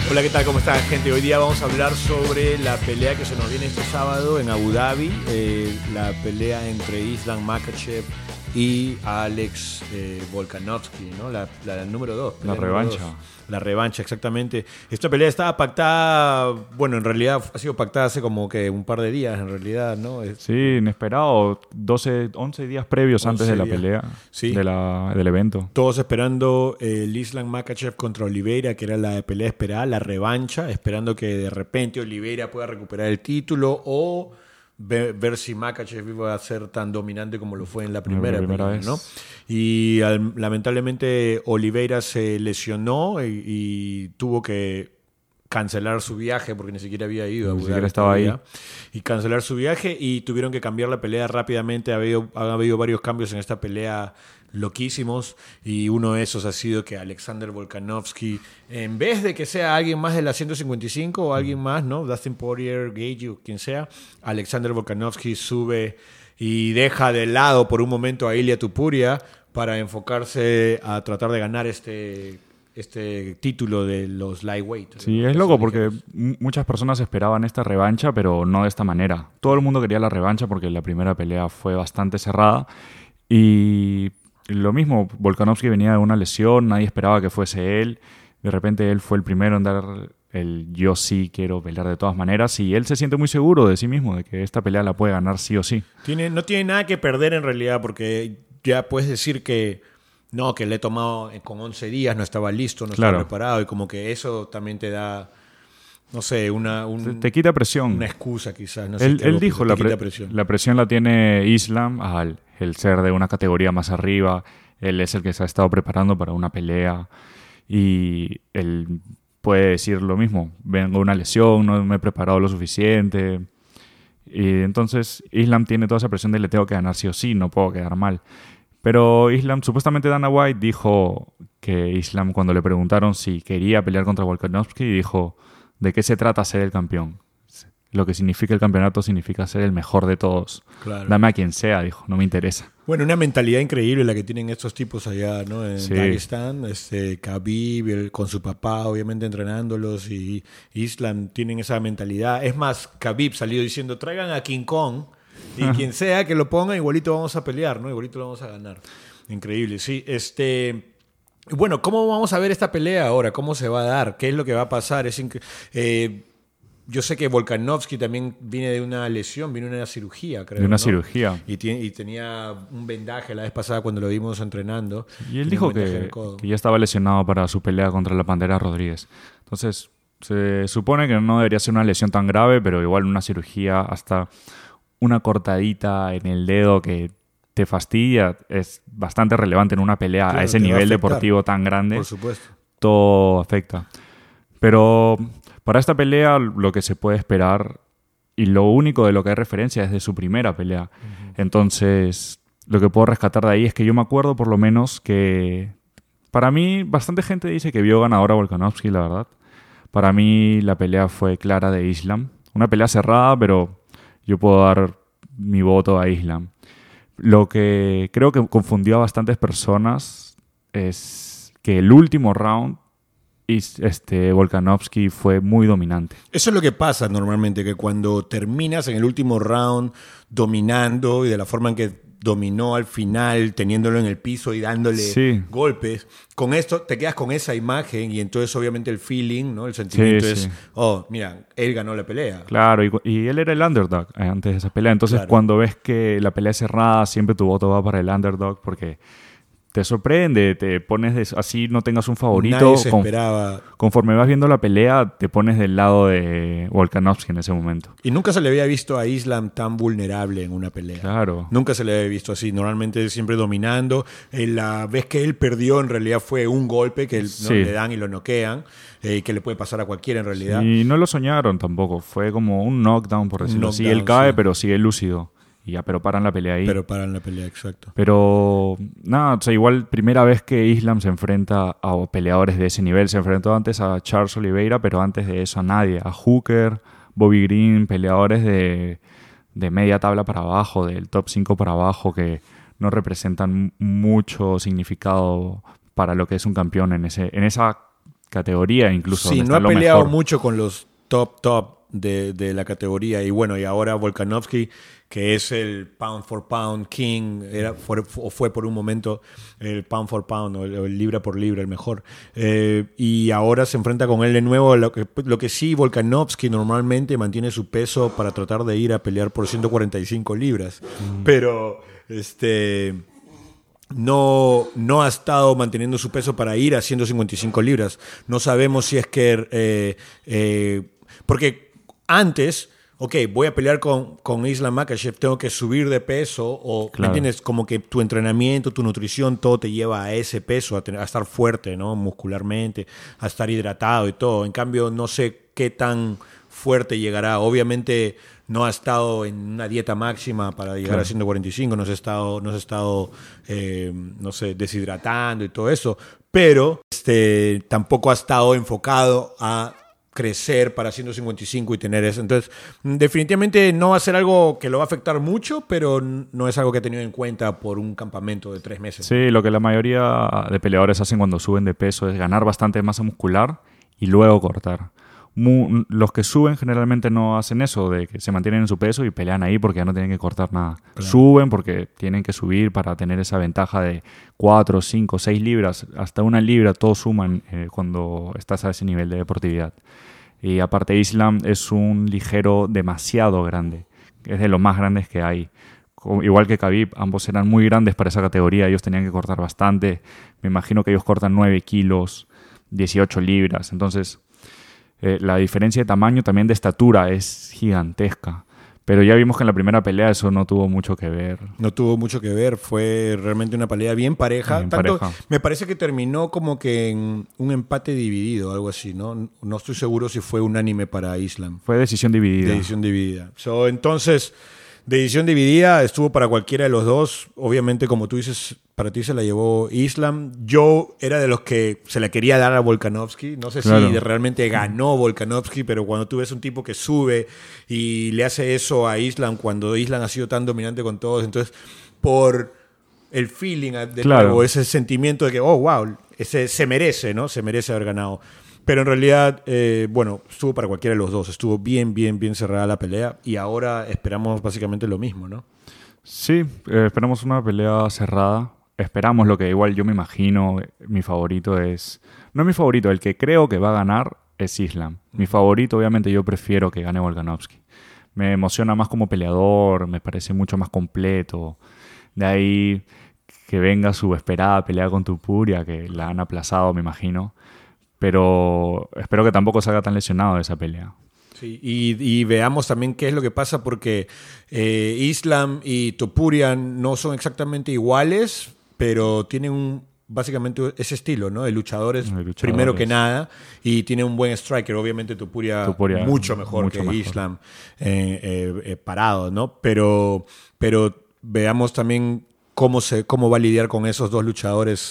Hola, ¿qué tal? ¿Cómo están, gente? Hoy día vamos a hablar sobre la pelea que se nos viene este sábado en Abu Dhabi, la pelea entre Islam Makhachev y Alex Volkanovski, ¿no? La número 2. La revancha. La revancha, exactamente. Esta pelea estaba pactada, bueno, en realidad ha sido pactada hace como que un par de días, en realidad, ¿no? Sí, inesperado. 11 días previos antes de la pelea, sí, del evento. Todos esperando el Islam Makhachev contra Oliveira, que era la pelea esperada, la revancha, esperando que de repente Oliveira pueda recuperar el título o ver si Makhachev iba a ser tan dominante como lo fue en la primera vez, ¿no? Y lamentablemente Oliveira se lesionó y tuvo que cancelar su viaje porque ni siquiera había ido a Abu Dhabi, estaba ahí. Y cancelar su viaje y tuvieron que cambiar la pelea rápidamente. Ha habido varios cambios en esta pelea loquísimos y uno de esos ha sido que Alexander Volkanovski, en vez de que sea alguien más de la 155 o alguien más, ¿no? Dustin Poirier, Gaethje o quien sea, Alexander Volkanovski sube y deja de lado por un momento a Ilia Topuria para enfocarse a tratar de ganar este título de los lightweight. Sí, es loco porque muchas personas esperaban esta revancha, pero no de esta manera. Todo el mundo quería la revancha porque la primera pelea fue bastante cerrada y lo mismo, Volkanovski venía de una lesión, nadie esperaba que fuese él. De repente él fue el primero en dar el yo sí quiero pelear de todas maneras y él se siente muy seguro de sí mismo, de que esta pelea la puede ganar sí o sí. No tiene nada que perder en realidad porque ya puedes decir que no, que le he tomado con 11 días, no estaba listo, no estaba preparado y como que eso también te da, no sé, te quita presión. Una excusa quizás. No sé, él dijo la presión la tiene Islam al el ser de una categoría más arriba. Él es el que se ha estado preparando para una pelea y él puede decir lo mismo. Vengo de una lesión, no me he preparado lo suficiente. Y entonces Islam tiene toda esa presión de le tengo que ganar sí o sí, no puedo quedar mal. Pero Islam, supuestamente Dana White dijo que Islam, cuando le preguntaron si quería pelear contra Volkanovski, dijo: ¿de qué se trata ser el campeón? Lo que significa el campeonato significa ser el mejor de todos. Claro. Dame a quien sea, dijo, no me interesa. Bueno, una mentalidad increíble la que tienen estos tipos allá, ¿no? En Dagestán, Khabib con su papá, obviamente entrenándolos, y Islam tienen esa mentalidad. Es más, Khabib salió diciendo: traigan a King Kong y quien sea que lo ponga, igualito vamos a pelear, ¿no? Igualito lo vamos a ganar. Increíble, sí. Bueno, ¿cómo vamos a ver esta pelea ahora? ¿Cómo se va a dar? ¿Qué es lo que va a pasar? Yo sé que Volkanovski también viene de una lesión, viene de una cirugía, creo. De una cirugía. Y tenía un vendaje la vez pasada cuando lo vimos entrenando. Y él dijo que ya estaba lesionado para su pelea contra la Pantera Rodríguez. Entonces, se supone que no debería ser una lesión tan grave, pero igual una cirugía, hasta una cortadita en el dedo que te fastidia, es bastante relevante en una pelea a ese nivel deportivo tan grande. Por supuesto. Todo afecta. Pero para esta pelea lo que se puede esperar y lo único de lo que hay referencia es de su primera pelea. Uh-huh. Entonces, lo que puedo rescatar de ahí es que yo me acuerdo por lo menos que para mí bastante gente dice que vio ganadora a Volkanovski, la verdad. Para mí la pelea fue clara de Islam. Una pelea cerrada, pero yo puedo dar mi voto a Islam. Lo que creo que confundió a bastantes personas es que el último round Volkanovski fue muy dominante. Eso es lo que pasa normalmente, que cuando terminas en el último round dominando y de la forma en que dominó al final, teniéndolo en el piso y dándole golpes, con esto te quedas con esa imagen y entonces obviamente el feeling, ¿no? El sentimiento es, oh, mira, él ganó la pelea. Claro, y él era el underdog antes de esa pelea. Entonces cuando ves que la pelea es cerrada, siempre tu voto va para el underdog porque te sorprende, te pones así no tengas un favorito. Nadie se esperaba. Conforme vas viendo la pelea, te pones del lado de Volkanovski en ese momento. Y nunca se le había visto a Islam tan vulnerable en una pelea. Claro. Nunca se le había visto así. Normalmente siempre dominando. La vez que él perdió, en realidad fue un golpe que le dan y lo noquean. Que le puede pasar a cualquiera en realidad. Y no lo soñaron tampoco. Fue como un knockdown, por decirlo así. Él cae, pero sigue lúcido. Y ya, pero paran la pelea ahí. Pero paran la pelea, exacto. Pero, nada, o sea, igual primera vez que Islam se enfrenta a peleadores de ese nivel. Se enfrentó antes a Charles Oliveira, pero antes de eso a nadie. A Hooker, Bobby Green, peleadores de media tabla para abajo, del top 5 para abajo, que no representan mucho significado para lo que es un campeón en esa categoría, incluso. Sí, no ha peleado mucho con los top de la categoría. Y bueno, y ahora Volkanovski, que es el pound for pound king, fue por un momento el pound for pound o el libra por libra, el mejor. Y ahora se enfrenta con él de nuevo. Lo que sí, Volkanovski normalmente mantiene su peso para tratar de ir a pelear por 145 libras. Pero no ha estado manteniendo su peso para ir a 155 libras. No sabemos si es que... porque antes, voy a pelear con Islam Makhachev, tengo que subir de peso, o claro. ¿Me entiendes? Como que tu entrenamiento, tu nutrición, todo te lleva a ese peso, a estar fuerte, ¿no? Muscularmente, a estar hidratado y todo. En cambio, no sé qué tan fuerte llegará. Obviamente no ha estado en una dieta máxima para llegar claro. a 145, no se ha estado deshidratando y todo eso, pero tampoco ha estado enfocado a crecer para 155 y tener eso. Entonces, definitivamente no va a ser algo que lo va a afectar mucho, pero no es algo que he tenido en cuenta por un campamento de 3 meses. Sí, lo que la mayoría de peleadores hacen cuando suben de peso es ganar bastante masa muscular y luego cortar. Los que suben generalmente no hacen eso, de que se mantienen en su peso y pelean ahí porque ya no tienen que cortar nada. Claro. Suben porque tienen que subir para tener esa ventaja de 4, 5, 6 libras, hasta 1 libra, todos suman cuando estás a ese nivel de deportividad. Y aparte Islam es un ligero demasiado grande, es de los más grandes que hay. Igual que Khabib, ambos eran muy grandes para esa categoría, ellos tenían que cortar bastante. Me imagino que ellos cortan 9 kilos, 18 libras, entonces... la diferencia de tamaño, también de estatura, es gigantesca. Pero ya vimos que en la primera pelea eso no tuvo mucho que ver. No tuvo mucho que ver, fue realmente una pelea bien pareja. Me parece que terminó como que en un empate dividido, algo así, ¿no? No estoy seguro si fue unánime para Islam. Fue decisión dividida. Decisión dividida. Entonces, decisión dividida, estuvo para cualquiera de los dos. Obviamente, como tú dices, para ti se la llevó Islam. Yo era de los que se la quería dar a Volkanovski. No sé claro. si realmente ganó Volkanovski, pero cuando tú ves un tipo que sube y le hace eso a Islam, cuando Islam ha sido tan dominante con todos, entonces por el feeling de claro. nuevo, ese sentimiento de que, oh, wow, se merece, ¿no? Se merece haber ganado. Pero en realidad, estuvo para cualquiera de los dos. Estuvo bien cerrada la pelea y ahora esperamos básicamente lo mismo, ¿no? Sí, esperamos una pelea cerrada. Esperamos lo que igual yo me imagino. Mi favorito es... No es mi favorito, el que creo que va a ganar es Islam. Mi favorito, obviamente, yo prefiero que gane Volkanovski. Me emociona más como peleador, me parece mucho más completo. De ahí que venga su esperada pelea con Topuria, que la han aplazado, me imagino. Pero espero que tampoco salga tan lesionado de esa pelea. Sí, y veamos también qué es lo que pasa, porque Islam y Topuria no son exactamente iguales, pero tienen básicamente ese estilo, ¿no? El luchador es primero que nada y tiene un buen striker. Obviamente Topuria mucho mejor que Islam parado, ¿no? Pero veamos también cómo va a lidiar con esos dos luchadores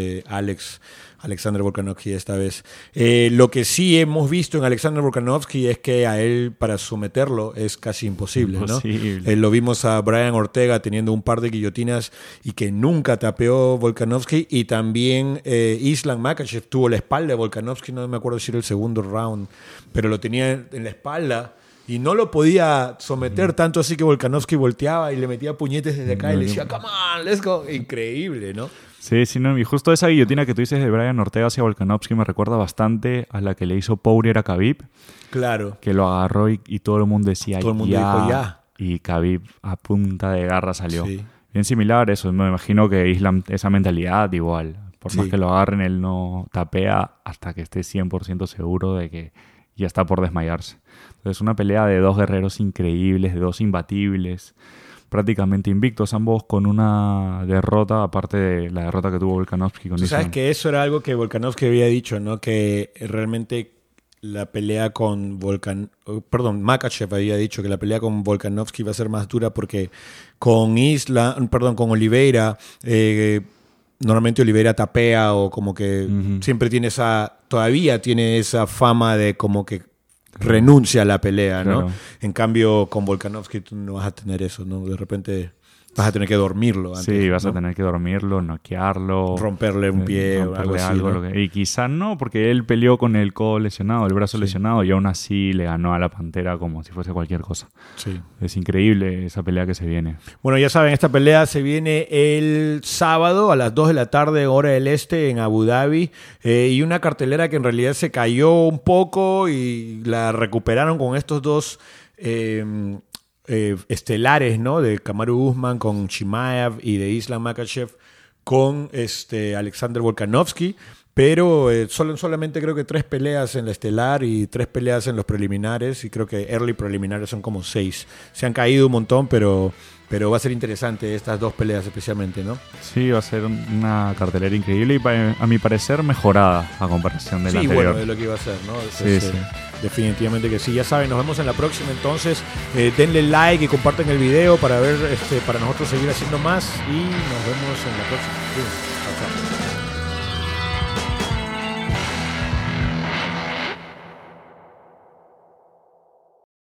Alexander Volkanovski esta vez. Lo que sí hemos visto en Alexander Volkanovski es que a él, para someterlo, es casi imposible, ¿no? Lo vimos a Brian Ortega teniendo un par de guillotinas y que nunca tapeó Volkanovski, y también Islam Makhachev tuvo la espalda de Volkanovski, no me acuerdo si era el segundo round, pero lo tenía en la espalda y no lo podía someter tanto así que Volkanovski volteaba y le metía puñetes desde acá y le decía, come on, let's go. Increíble, ¿no? Sí, no, y justo esa guillotina que tú dices de Brian Ortega hacia Volkanovski me recuerda bastante a la que le hizo Poirier a Khabib. Claro. Que lo agarró y todo el mundo decía todo el mundo dijo ya. Y Khabib a punta de garra salió. Sí. Bien similar eso, me imagino que Islam, esa mentalidad igual. Por más que lo agarren, él no tapea hasta que esté 100% seguro de que ya está por desmayarse. Entonces, una pelea de dos guerreros increíbles, de dos imbatibles, prácticamente invictos, ambos con una derrota, aparte de la derrota que tuvo Volkanovski con Islam. Sabes que eso era algo que Volkanovski había dicho, ¿no? Que realmente la pelea con Makhachev había dicho que la pelea con Volkanovski iba a ser más dura porque con Oliveira, normalmente Oliveira tapea o como que siempre tiene todavía tiene esa fama de como que renuncia a la pelea, ¿no? Claro. En cambio, con Volkanovski tú no vas a tener eso, ¿no? De repente vas a tener que dormirlo antes. Sí, vas a tener que dormirlo, noquearlo. Romperle un pie o algo así. ¿No? Y quizá no, porque él peleó con el codo lesionado, el brazo lesionado, y aún así le ganó a la Pantera como si fuese cualquier cosa. Sí. Es increíble esa pelea que se viene. Bueno, ya saben, esta pelea se viene el sábado a las 2 de la tarde, hora del este, en Abu Dhabi. Y una cartelera que en realidad se cayó un poco y la recuperaron con estos dos estelares, ¿no? De Kamaru Usman con Chimaev y de Islam Makhachev con Alexander Volkanovski. Pero solamente creo que 3 peleas en la estelar y 3 peleas en los preliminares. Y creo que early preliminares son como 6. Se han caído un montón, pero va a ser interesante estas 2 peleas especialmente, ¿no? Sí, va a ser una cartelera increíble y a mi parecer mejorada a comparación de la anterior. Sí, bueno, es lo que iba a ser, ¿no? Sí. Definitivamente que sí. Ya saben, nos vemos en la próxima. Entonces, denle like y compartan el video para ver, para nosotros seguir haciendo más. Y nos vemos en la próxima. Sí. Chao, chao.